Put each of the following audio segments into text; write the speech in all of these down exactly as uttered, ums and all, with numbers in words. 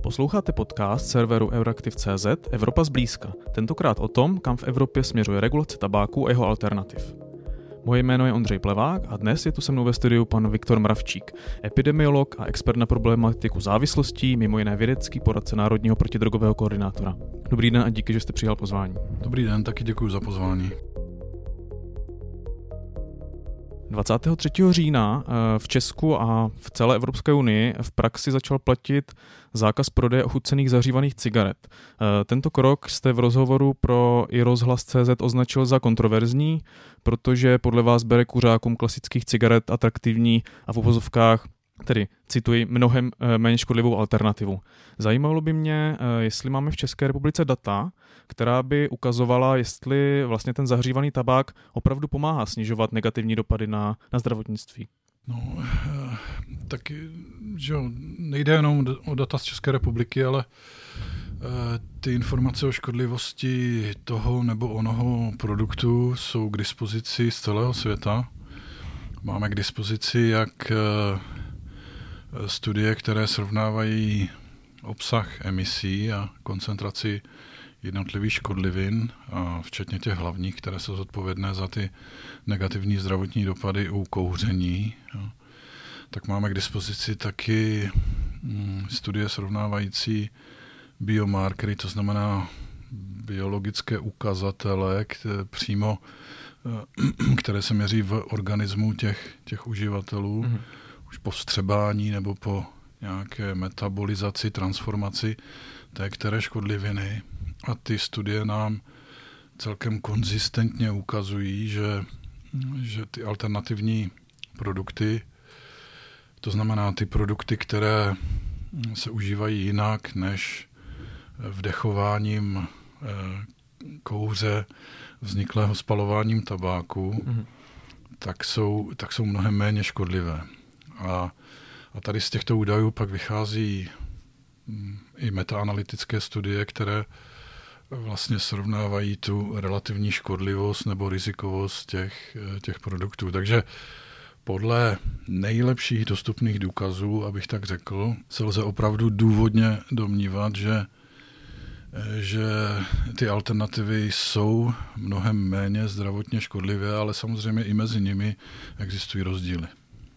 Posloucháte podcast serveru Euraktiv tečka cé zet Evropa zblízka. Tentokrát o tom, kam v Evropě směřuje regulace tabáku a jeho alternativ. Moje jméno je Ondřej Plevák a dnes je tu se mnou ve studiu pan Viktor Mravčík, epidemiolog a expert na problematiku závislostí, mimo jiné vědecký poradce Národního protidrogového koordinátora. Dobrý den a díky, že jste přijal pozvání. Dobrý den, taky děkuji za pozvání. dvacátého třetího října v Česku a v celé Evropské unii v praxi začal platit zákaz prodeje ochucených zahřívaných cigaret. Tento krok jste v rozhovoru pro i rozhlas tečka cé zet označil za kontroverzní, protože podle vás bere kuřákům klasických cigaret atraktivní a v uvozovkách, tedy cituji, mnohem méně škodlivou alternativu. Zajímalo by mě, jestli máme v České republice data, která by ukazovala, jestli vlastně ten zahřívaný tabák opravdu pomáhá snižovat negativní dopady na, na zdravotnictví. No, tak že jo, nejde jenom o data z České republiky, ale ty informace o škodlivosti toho nebo onoho produktu jsou k dispozici z celého světa. Máme k dispozici jak studie, které srovnávají obsah emisí a koncentraci jednotlivých škodlivin, a včetně těch hlavních, které jsou zodpovědné za ty negativní zdravotní dopady u kouření. Tak máme k dispozici taky studie srovnávající biomarkery, to znamená biologické ukazatele, které přímo, které se měří v organismu těch, těch uživatelů, mm-hmm. už po vstřebání nebo po nějaké metabolizaci, transformaci té které škodliviny. A ty studie nám celkem konzistentně ukazují, že, že ty alternativní produkty, to znamená ty produkty, které se užívají jinak než vdechováním kouře vzniklého spalováním tabáku, mm-hmm. tak, jsou, tak jsou mnohem méně škodlivé. A, a tady z těchto údajů pak vychází i metaanalytické studie, které vlastně srovnávají tu relativní škodlivost nebo rizikovost těch, těch produktů. Takže podle nejlepších dostupných důkazů, abych tak řekl, se lze opravdu důvodně domnívat, že, že ty alternativy jsou mnohem méně zdravotně škodlivé, ale samozřejmě i mezi nimi existují rozdíly.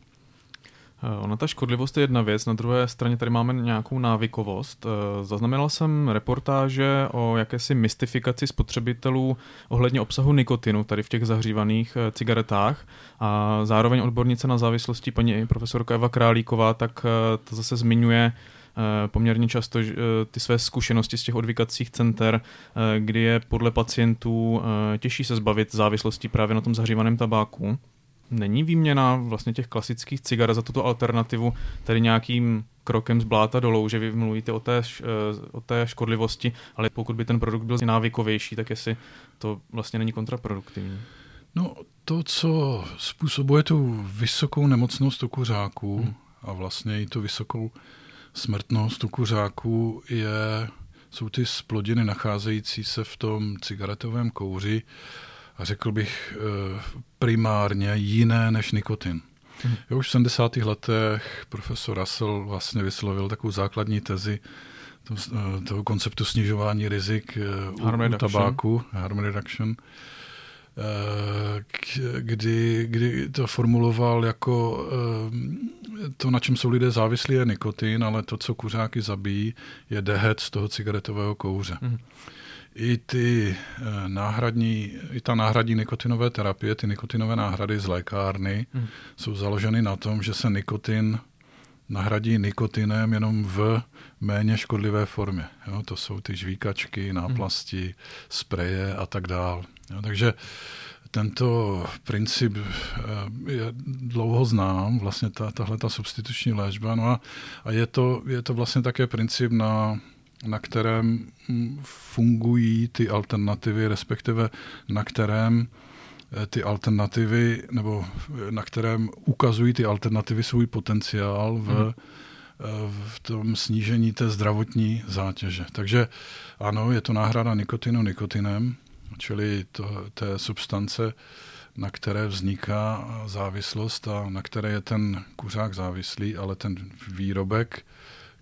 Ona ta škodlivost je jedna věc, na druhé straně tady máme nějakou návykovost. Zaznamenal jsem reportáže o jakési mystifikaci spotřebitelů ohledně obsahu nikotinu tady v těch zahřívaných cigaretách a zároveň odbornice na závislosti paní profesorka Eva Králíková, tak to zase zmiňuje poměrně často ty své zkušenosti z těch odvykacích center, kdy je podle pacientů těžší se zbavit závislosti právě na tom zahřívaném tabáku. Není výměna vlastně těch klasických cigaret za tuto alternativu tedy nějakým krokem z bláta dolů, že vy mluvíte o té, o té škodlivosti, ale pokud by ten produkt byl návykovější, tak jestli to vlastně není kontraproduktivní? No to, co způsobuje tu vysokou nemocnost u kuřáků hmm. a vlastně i tu vysokou smrtnost u kuřáků, je, jsou ty zplodiny nacházející se v tom cigaretovém kouři, a řekl bych primárně jiné než nikotin. Hmm. Jo, už v sedmdesátých letech profesor Russell vlastně vyslovil takovou základní tezi toho konceptu snižování rizik u, u tabáku, harm reduction, kdy, kdy to formuloval jako to, na čem jsou lidé závislí, je nikotin, ale to, co kuřáky zabíjí, je dehet z toho cigaretového kouře. Hmm. I ty náhradní, i ta náhradní nikotinové terapie, ty nikotinové náhrady z lékárny hmm. jsou založeny na tom, že se nikotin nahradí nikotinem jenom v méně škodlivé formě. Jo, to jsou ty žvíkačky, náplasti, hmm. spreje a tak dál. Jo, takže tento princip je dlouho znám, vlastně ta, tahle ta substituční léčba. No a, a je to, je to vlastně také princip, na na kterém fungují ty alternativy, respektive na kterém ty alternativy, nebo na kterém ukazují ty alternativy svůj potenciál v, hmm. v tom snížení té zdravotní zátěže. Takže ano, je to náhrada nikotinu nikotinem, čili to, té substance, na které vzniká závislost a na které je ten kuřák závislý, ale ten výrobek,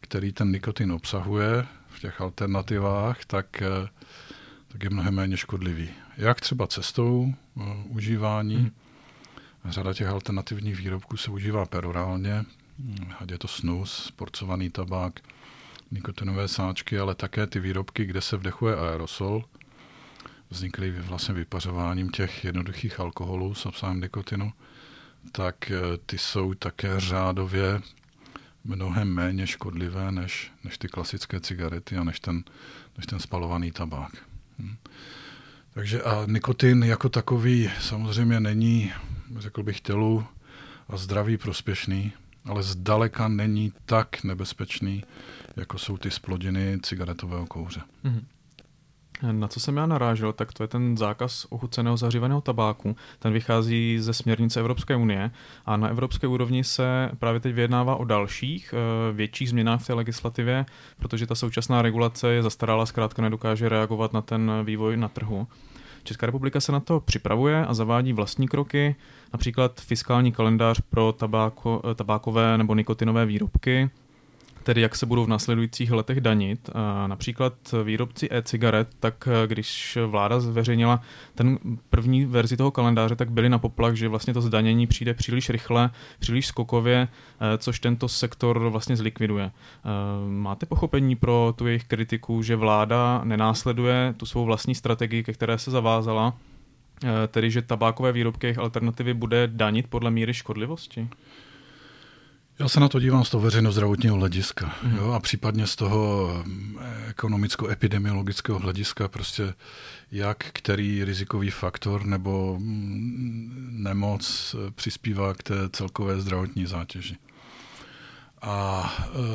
který ten nikotin obsahuje v těch alternativách, tak, tak je mnohem méně škodlivý. Jak třeba cestou uh, užívání. Hmm. Řada těch alternativních výrobků se užívá perorálně, ať je to snus, sporcovaný tabák, nikotinové sáčky, ale také ty výrobky, kde se vdechuje aerosol, vznikly vlastně vypařováním těch jednoduchých alkoholů s obsahem nikotinu, tak ty jsou také řádově mnohem méně škodlivé než, než ty klasické cigarety a než ten, než ten spalovaný tabák. Hm. Takže a nikotin jako takový samozřejmě není, řekl bych, tělu a zdraví prospěšný, ale zdaleka není tak nebezpečný, jako jsou ty zplodiny cigaretového kouře. Mm-hmm. Na co jsem já narážel, tak to je ten zákaz ochuceného zahřívaného tabáku. Ten vychází ze směrnice Evropské unie a na evropské úrovni se právě teď vyjednává o dalších větších změnách v té legislativě, protože ta současná regulace je zastaralá, zkrátka nedokáže reagovat na ten vývoj na trhu. Česká republika se na to připravuje a zavádí vlastní kroky, například fiskální kalendář pro tabáko, tabákové nebo nikotinové výrobky, tedy jak se budou v následujících letech danit. Například výrobci e-cigaret, tak když vláda zveřejnila ten první verzi toho kalendáře, tak byli na poplach, že vlastně to zdanění přijde příliš rychle, příliš skokově, což tento sektor vlastně zlikviduje. Máte pochopení pro tu jejich kritiku, že vláda nenásleduje tu svou vlastní strategii, ke které se zavázala, tedy že tabákové výrobky jejich alternativy bude danit podle míry škodlivosti? Já se na to dívám z toho veřejnozdravotního hlediska, mm. jo, a případně z toho ekonomicko-epidemiologického hlediska, prostě jak který rizikový faktor nebo nemoc přispívá k té celkové zdravotní zátěži. A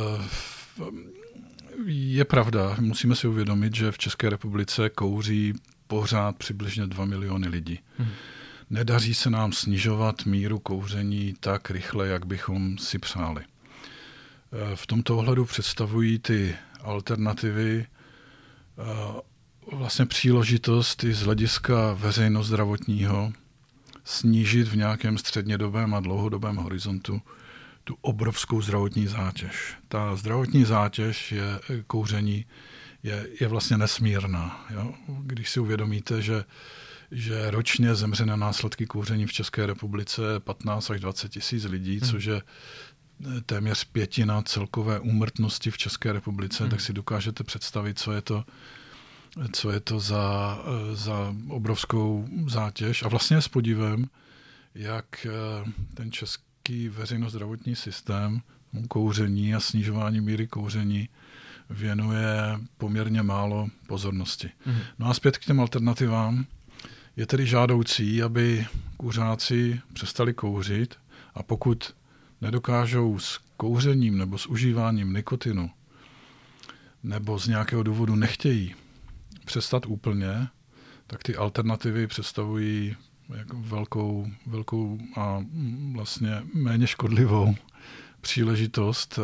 je pravda, musíme si uvědomit, že v České republice kouří pořád přibližně dva miliony lidí. Mm. Nedaří se nám snižovat míru kouření tak rychle, jak bychom si přáli. V tomto ohledu představují ty alternativy vlastně příležitost i z hlediska veřejnozdravotního snížit v nějakém střednědobém a dlouhodobém horizontu tu obrovskou zdravotní zátěž. Ta zdravotní zátěž je kouření je, je vlastně nesmírná. Jo? Když si uvědomíte, že že ročně zemře na následky kouření v České republice patnáct až dvacet tisíc lidí, hmm. což je téměř pětina celkové úmrtnosti v České republice, hmm. tak si dokážete představit, co je to, co je to za, za obrovskou zátěž. A vlastně s podívem, jak ten český veřejnozdravotní systém kouření a snižování míry kouření věnuje poměrně málo pozornosti. Hmm. No a zpět k těm alternativám. Je tedy žádoucí, aby kuřáci přestali kouřit a pokud nedokážou s kouřením nebo s užíváním nikotinu nebo z nějakého důvodu nechtějí přestat úplně, tak ty alternativy představují jako velkou, velkou a vlastně méně škodlivou příležitost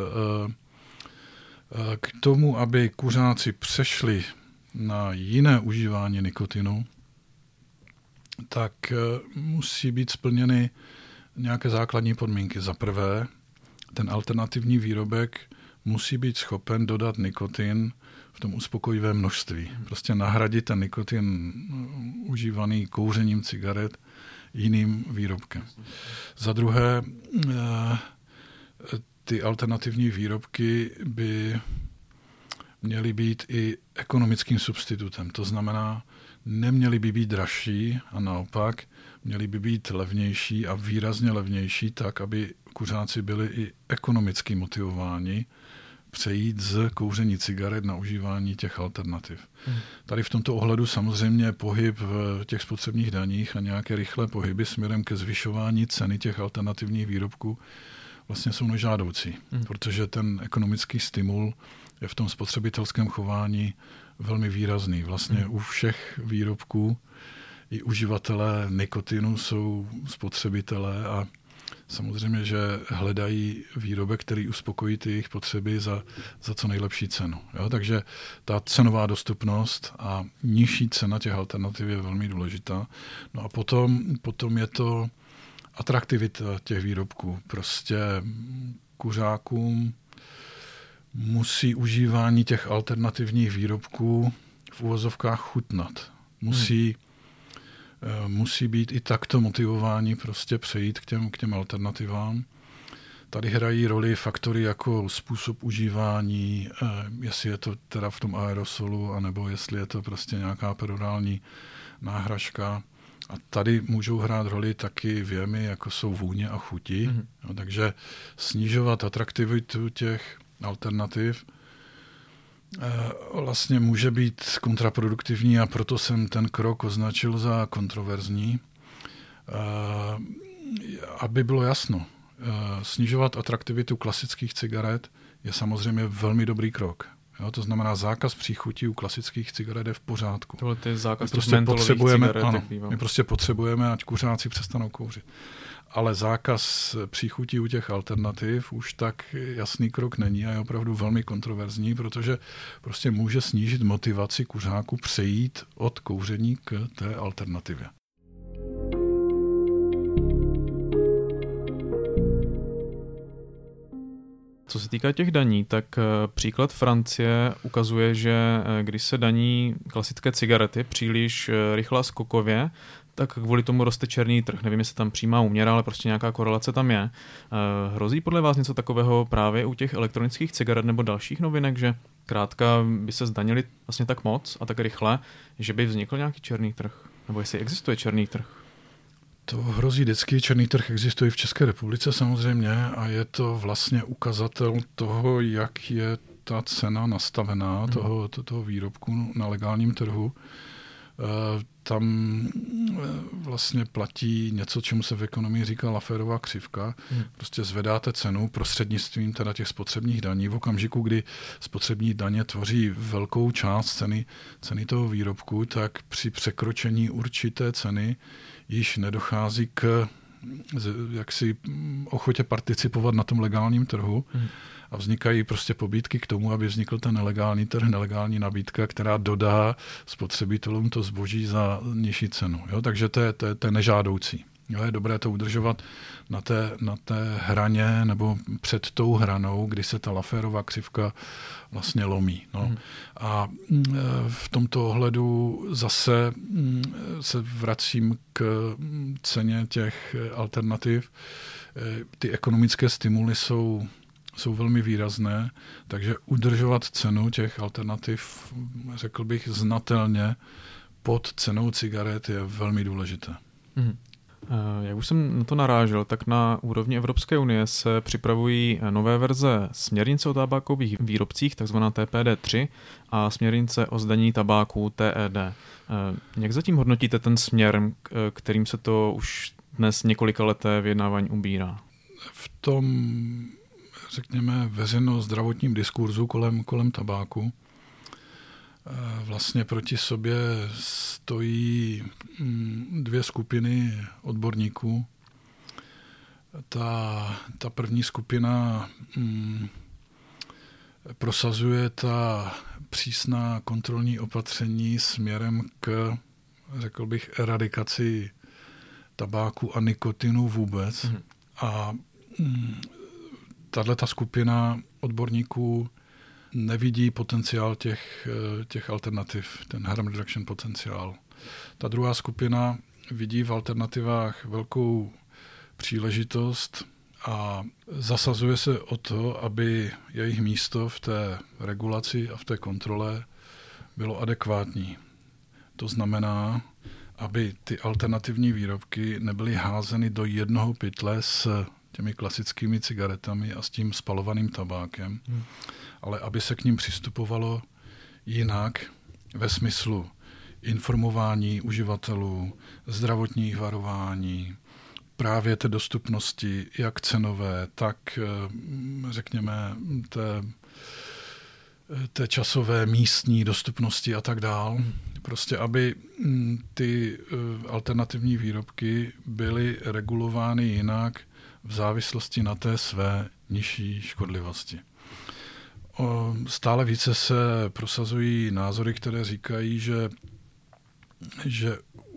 k tomu, aby kuřáci přešli na jiné užívání nikotinu, tak musí být splněny nějaké základní podmínky. Za prvé, ten alternativní výrobek musí být schopen dodat nikotin v tom uspokojivém množství. Prostě nahradit ten nikotin užívaný kouřením cigaret jiným výrobkem. Za druhé, ty alternativní výrobky by měly být i ekonomickým substitutem. To znamená, neměly by být dražší a naopak měly by být levnější a výrazně levnější tak, aby kuřáci byli i ekonomicky motivováni přejít z kouření cigaret na užívání těch alternativ. Hmm. Tady v tomto ohledu samozřejmě pohyb v těch spotřebních daních a nějaké rychlé pohyby směrem ke zvyšování ceny těch alternativních výrobků vlastně jsou nežádoucí, hmm. protože ten ekonomický stimul je v tom spotřebitelském chování velmi výrazný. Vlastně hmm. u všech výrobků i uživatelé nikotinu jsou spotřebitelé a samozřejmě, že hledají výrobek, který uspokojí ty jejich potřeby za, za co nejlepší cenu. Jo? Takže ta cenová dostupnost a nižší cena těch alternativ je velmi důležitá. No a potom, potom je to atraktivita těch výrobků. Prostě kuřákům musí užívání těch alternativních výrobků v uvozovkách chutnat. Musí, hmm. musí být i takto motivováni prostě přejít k těm, k těm alternativám. Tady hrají roli faktory jako způsob užívání, jestli je to teda v tom aerosolu, anebo jestli je to prostě nějaká perorální náhražka. A tady můžou hrát roli taky věmy, jako jsou vůně a chuti. Mm-hmm. No, takže snižovat atraktivitu těch alternativ eh, vlastně může být kontraproduktivní a proto jsem ten krok označil za kontroverzní. Eh, aby bylo jasno, eh, snižovat atraktivitu klasických cigaret je samozřejmě velmi dobrý krok. Jo, to znamená, zákaz příchutí u klasických cigaret je v pořádku. Tohle je zákaz my prostě potřebujeme, cigaret, ano, my prostě potřebujeme, ať kuřáci přestanou kouřit. Ale zákaz příchutí u těch alternativ už tak jasný krok není a je opravdu velmi kontroverzní, protože prostě může snížit motivaci kuřáků přejít od kouření k té alternativě. Co se týká těch daní, tak příklad Francie ukazuje, že když se daní klasické cigarety příliš rychle a skokově, tak kvůli tomu roste černý trh. Nevím, jestli tam přímá úměra, ale prostě nějaká korelace tam je. Hrozí podle vás něco takového právě u těch elektronických cigaret nebo dalších novinek, že krátka by se zdanili vlastně tak moc a tak rychle, že by vznikl nějaký černý trh? Nebo jestli existuje černý trh? To hrozí vždycky. Černý trh existuje v České republice samozřejmě a je to vlastně ukazatel toho, jak je ta cena nastavená hmm. toho, toho výrobku na legálním trhu. Tam vlastně platí něco, čemu se v ekonomii říká Lafferova křivka. Hmm. Prostě zvedáte cenu prostřednictvím teda těch spotřebních daní v okamžiku, kdy spotřební daně tvoří velkou část ceny, ceny toho výrobku, tak při překročení určité ceny již nedochází k jaksi ochotě participovat na tom legálním trhu hmm. a vznikají prostě pobídky k tomu, aby vznikl ten nelegální trh, nelegální nabídka, která dodá spotřebitelům to zboží za nižší cenu. Jo? Takže to je, to, je, to je nežádoucí. Jo? Je dobré to udržovat na té, na té hraně nebo před tou hranou, kdy se ta Lafferova křivka vlastně lomí. No. Hmm. A v tomto ohledu zase se vracím k ceně těch alternativ. Ty ekonomické stimuly jsou, jsou velmi výrazné, takže udržovat cenu těch alternativ, řekl bych, znatelně pod cenou cigaret je velmi důležité. Hmm. Jak už jsem na to narážel, tak na úrovni Evropské unie se připravují nové verze směrnice o tabákových výrobcích, takzvaná T P D tři, a směrnice o zdanění tabáku T E D. Jak zatím hodnotíte ten směr, kterým se to už dnes několika leté vyjednávání ubírá? V tom, řekněme, veřejno-zdravotním diskurzu kolem, kolem tabáku vlastně proti sobě stojí dvě skupiny odborníků. Ta, ta první skupina mm, prosazuje ta přísná kontrolní opatření směrem k, řekl bych, eradikaci tabáku a nikotinu vůbec. Mm. A mm, tato skupina odborníků nevidí potenciál těch, těch alternativ, ten harm reduction potenciál. Ta druhá skupina vidí v alternativách velkou příležitost a zasazuje se o to, aby jejich místo v té regulaci a v té kontrole bylo adekvátní. To znamená, aby ty alternativní výrobky nebyly házeny do jednoho pytle s těmi klasickými cigaretami a s tím spalovaným tabákem, hmm. ale aby se k ním přistupovalo jinak ve smyslu informování uživatelů, zdravotních varování, právě té dostupnosti, jak cenové, tak řekněme té, té časové, místní dostupnosti a tak dál. Prostě, aby ty alternativní výrobky byly regulovány jinak v závislosti na té své nižší škodlivosti. Stále více se prosazují názory, které říkají, že, že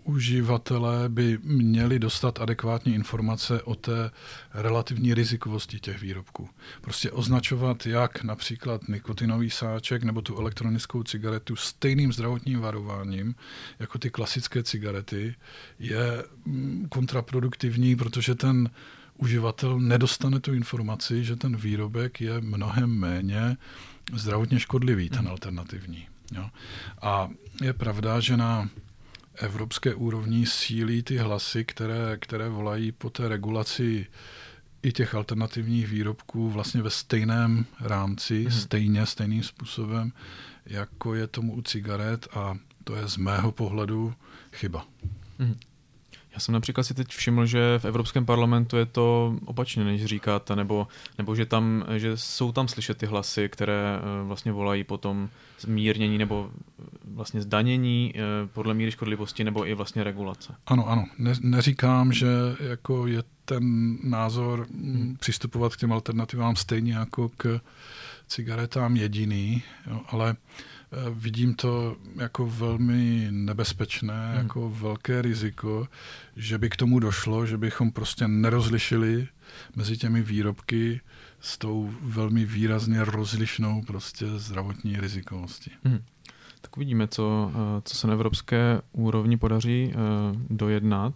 uživatelé by měli dostat adekvátní informace o té relativní rizikovosti těch výrobků. Prostě označovat jak například nikotinový sáček nebo tu elektronickou cigaretu stejným zdravotním varováním jako ty klasické cigarety je kontraproduktivní, protože ten uživatel nedostane tu informaci, že ten výrobek je mnohem méně zdravotně škodlivý, ten alternativní. Jo. A je pravda, že na evropské úrovni sílí ty hlasy, které, které volají po té regulaci i těch alternativních výrobků vlastně ve stejném rámci, hmm. stejně, stejným způsobem, jako je tomu u cigaret, a to je z mého pohledu chyba. Hmm. Já jsem například si teď všiml, že v Evropském parlamentu je to opačně, než říkáte, nebo, nebo že, tam, že jsou tam slyšet ty hlasy, které vlastně volají po tom zmírnění nebo vlastně zdanění podle míry škodlivosti nebo i vlastně regulace. Ano, ano. Ne, neříkám, že jako je ten názor hmm. přistupovat k těm alternativám stejně jako k cigaretám jediný, jo, ale vidím to jako velmi nebezpečné, hmm. jako velké riziko, že by k tomu došlo, že bychom prostě nerozlišili mezi těmi výrobky s tou velmi výrazně rozlišnou prostě zdravotní rizikovosti. Hmm. Tak uvidíme, co, co se na evropské úrovni podaří dojednat.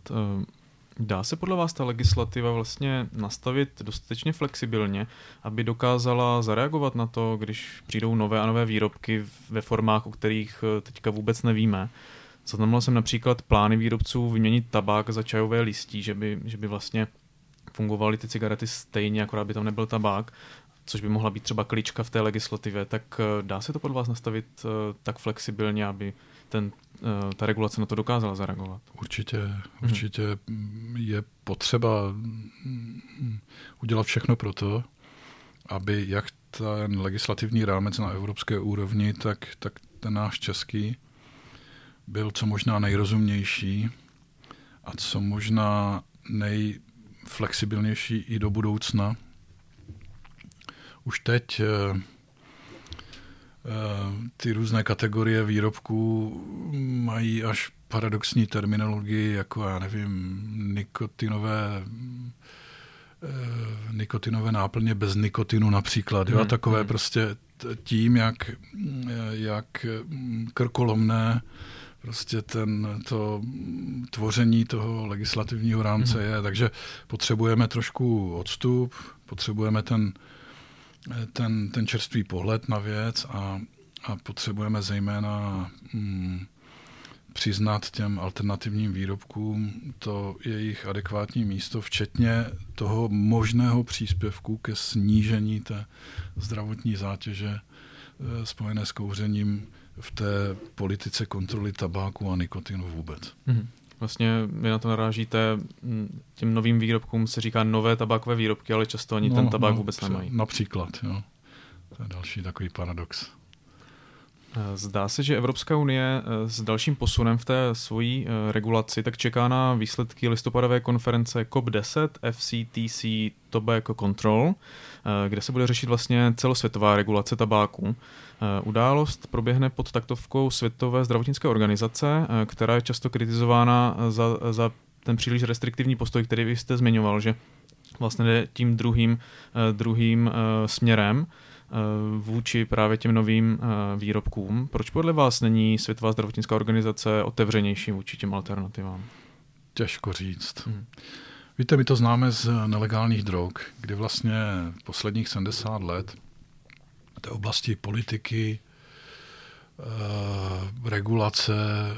Dá se podle vás ta legislativa vlastně nastavit dostatečně flexibilně, aby dokázala zareagovat na to, když přijdou nové a nové výrobky ve formách, o kterých teďka vůbec nevíme? Zaznamenal jsem například plány výrobců vyměnit tabák za čajové listí, že by, že by vlastně fungovaly ty cigarety stejně, akorát by tam nebyl tabák, což by mohla být třeba klička v té legislativě. Tak dá se to podle vás nastavit tak flexibilně, aby ten, ta regulace na to dokázala zareagovat? Určitě, určitě je potřeba udělat všechno pro to, aby jak ten legislativní rámec na evropské úrovni, tak, tak ten náš český byl co možná nejrozumnější a co možná nejflexibilnější i do budoucna. Už teď ty různé kategorie výrobků mají až paradoxní terminologii, jako já nevím, nikotinové, nikotinové náplně bez nikotinu například. Jo? Hmm. Takové hmm. prostě tím, jak, jak krkolomné prostě ten, to tvoření toho legislativního rámce hmm. je. Takže potřebujeme trošku odstup, potřebujeme ten Ten, ten čerstvý pohled na věc a, a potřebujeme zejména mm, přiznat těm alternativním výrobkům to jejich adekvátní místo, včetně toho možného příspěvku ke snížení té zdravotní zátěže e, spojené s kouřením v té politice kontroly tabáku a nikotinu vůbec. Mm-hmm. Vlastně vy na to narážíte, těm novým výrobkům se říká nové tabákové výrobky, ale často ani no, ten tabák no, vůbec nemají. Například, jo. To je další takový paradox. Zdá se, že Evropská unie s dalším posunem v té svojí regulaci tak čeká na výsledky listopadové konference C O P deset F C T C Tobacco Control, kde se bude řešit vlastně celosvětová regulace tabáku. Událost proběhne pod taktovkou Světové zdravotnické organizace, která je často kritizována za, za ten příliš restriktivní postoj, který vy jste zmiňoval, že vlastně jde tím druhým, druhým směrem vůči právě těm novým výrobkům. Proč podle vás není Světová zdravotnická organizace otevřenější vůči těm alternativám? Těžko říct. Hmm. Víte, my to známe z nelegálních drog, kdy vlastně posledních sedmdesát let v té oblasti politiky, eh, regulace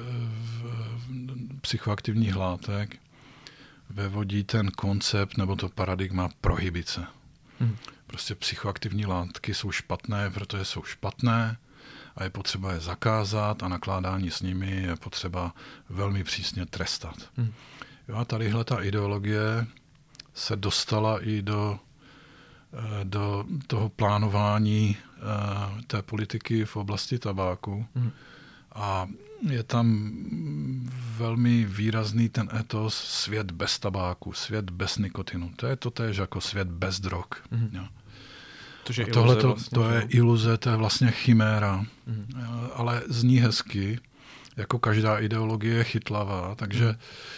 eh, psychoaktivních látek vyvodí ten koncept nebo to paradigma prohibice. Hmm. Prostě psychoaktivní látky jsou špatné, protože jsou špatné a je potřeba je zakázat a nakládání s nimi je potřeba velmi přísně trestat. Hmm. Jo, a tadyhle ta ideologie se dostala i do, do toho plánování té politiky v oblasti tabáku. Hmm. A je tam velmi výrazný ten etos svět bez tabáku, svět bez nikotinu. To je totéž jako svět bez drog. Mm-hmm. Jo. A tohle to, vlastně, to je iluze, to je vlastně chiméra. Mm-hmm. Ale zní hezky, jako každá ideologie je chytlavá, takže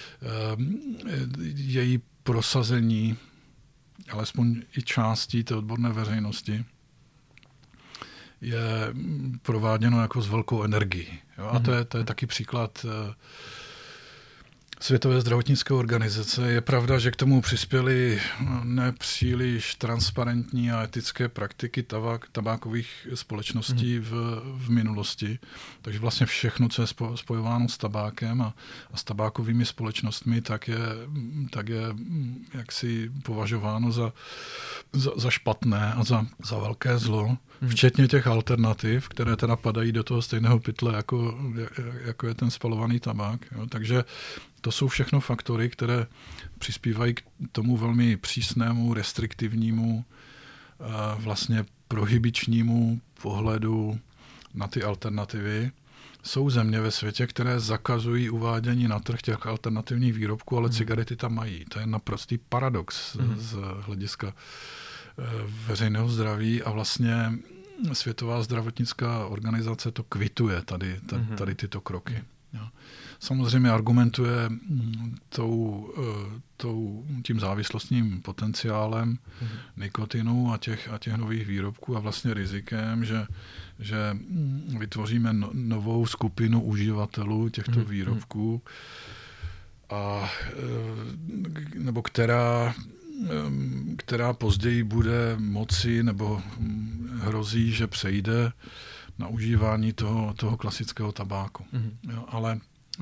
její prosazení, alespoň i částí té odborné veřejnosti, je prováděno jako s velkou energií. Jo? A to je, to je taky příklad Světové zdravotnické organizace. Je pravda, že k tomu přispěly nepříliš transparentní a etické praktiky tabák, tabákových společností v, v minulosti. Takže vlastně všechno, co je spojováno s tabákem a, a s tabákovými společnostmi, tak je, tak je jaksi považováno za, za, za špatné a za, za velké zlo. Včetně těch alternativ, které teda padají do toho stejného pytle, jako, jako je ten spalovaný tabák. Jo. Takže to jsou všechno faktory, které přispívají k tomu velmi přísnému, restriktivnímu, vlastně prohibičnímu pohledu na ty alternativy. Jsou země ve světě, které zakazují uvádění na trh těch alternativních výrobků, ale mm. cigarety tam mají. To je naprostý paradox mm. z hlediska veřejného zdraví a vlastně Světová zdravotnická organizace to kvituje tady, tady tyto kroky. Jo. Samozřejmě argumentuje tou, tou, tím závislostním potenciálem mm. nikotinu a těch, a těch nových výrobků a vlastně rizikem, že, že vytvoříme no, novou skupinu uživatelů těchto mm. výrobků, a, nebo která která později bude moci nebo hrozí, že přejde na užívání toho, toho klasického tabáku. Mm-hmm. Jo, ale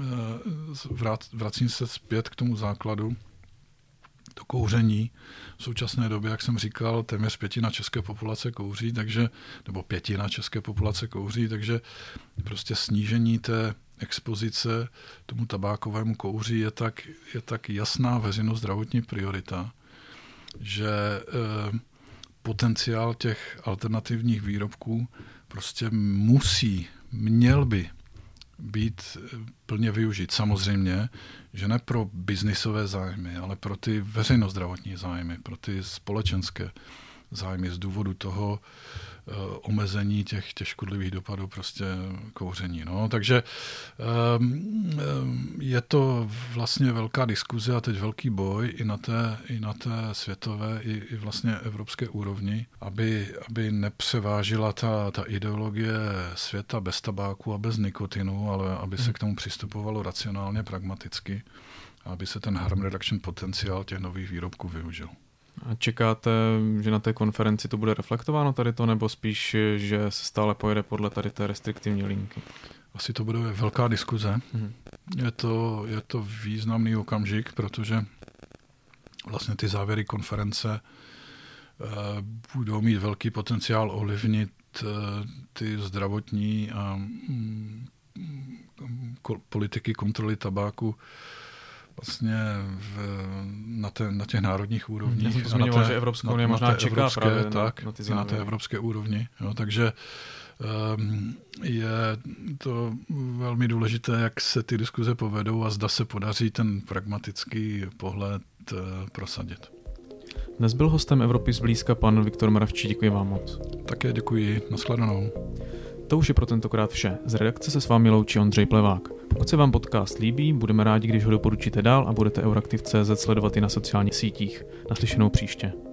vrát, vracím se zpět k tomu základu. To kouření v současné době, jak jsem říkal, téměř pětina české populace kouří, takže, nebo pětina české populace kouří, takže prostě snížení té expozice tomu tabákovému kouří je tak, je tak jasná veřejnozdravotní priorita, že eh, potenciál těch alternativních výrobků prostě musí, měl by být plně využit. Samozřejmě, že ne pro biznisové zájmy, ale pro ty veřejnozdravotní zájmy, pro ty společenské zájmy z důvodu toho uh, omezení těch, těch škodlivých dopadů prostě kouření. No. Takže um, je to vlastně velká diskuze a teď velký boj i na té, i na té světové, i, i vlastně evropské úrovni, aby, aby nepřevážila ta, ta ideologie světa bez tabáku a bez nikotinu, ale aby se k tomu přistupovalo racionálně, pragmaticky, a aby se ten harm reduction potenciál těch nových výrobků využil. A čekáte, že na té konferenci to bude reflektováno tady to, nebo spíš, že se stále pojede podle tady té restriktivní linky? Asi to bude velká diskuze. Mhm. Je to, je to významný okamžik, protože vlastně ty závěry konference uh, budou mít velký potenciál ovlivnit uh, ty zdravotní a um, ko- politiky kontroly tabáku vlastně v, na, té, na těch národních úrovních. Já jsem zmiňoval, že Evropská unie možná čeká evropské, právě tak, na, na ty závěry. Na té evropské úrovni. Jo, takže um, je to velmi důležité, jak se ty diskuze povedou a zda se podaří ten pragmatický pohled uh, prosadit. Dnes byl hostem Evropy zblízka pan Viktor Moravčí. Děkuji vám moc. Také děkuji. Nashledanou. To už je pro tentokrát vše. Z redakce se s vámi loučí Ondřej Plevák. Pokud se vám podcast líbí, budeme rádi, když ho doporučíte dál a budete Euraktiv tečka cé zet sledovat i na sociálních sítích. Naslyšenou příště.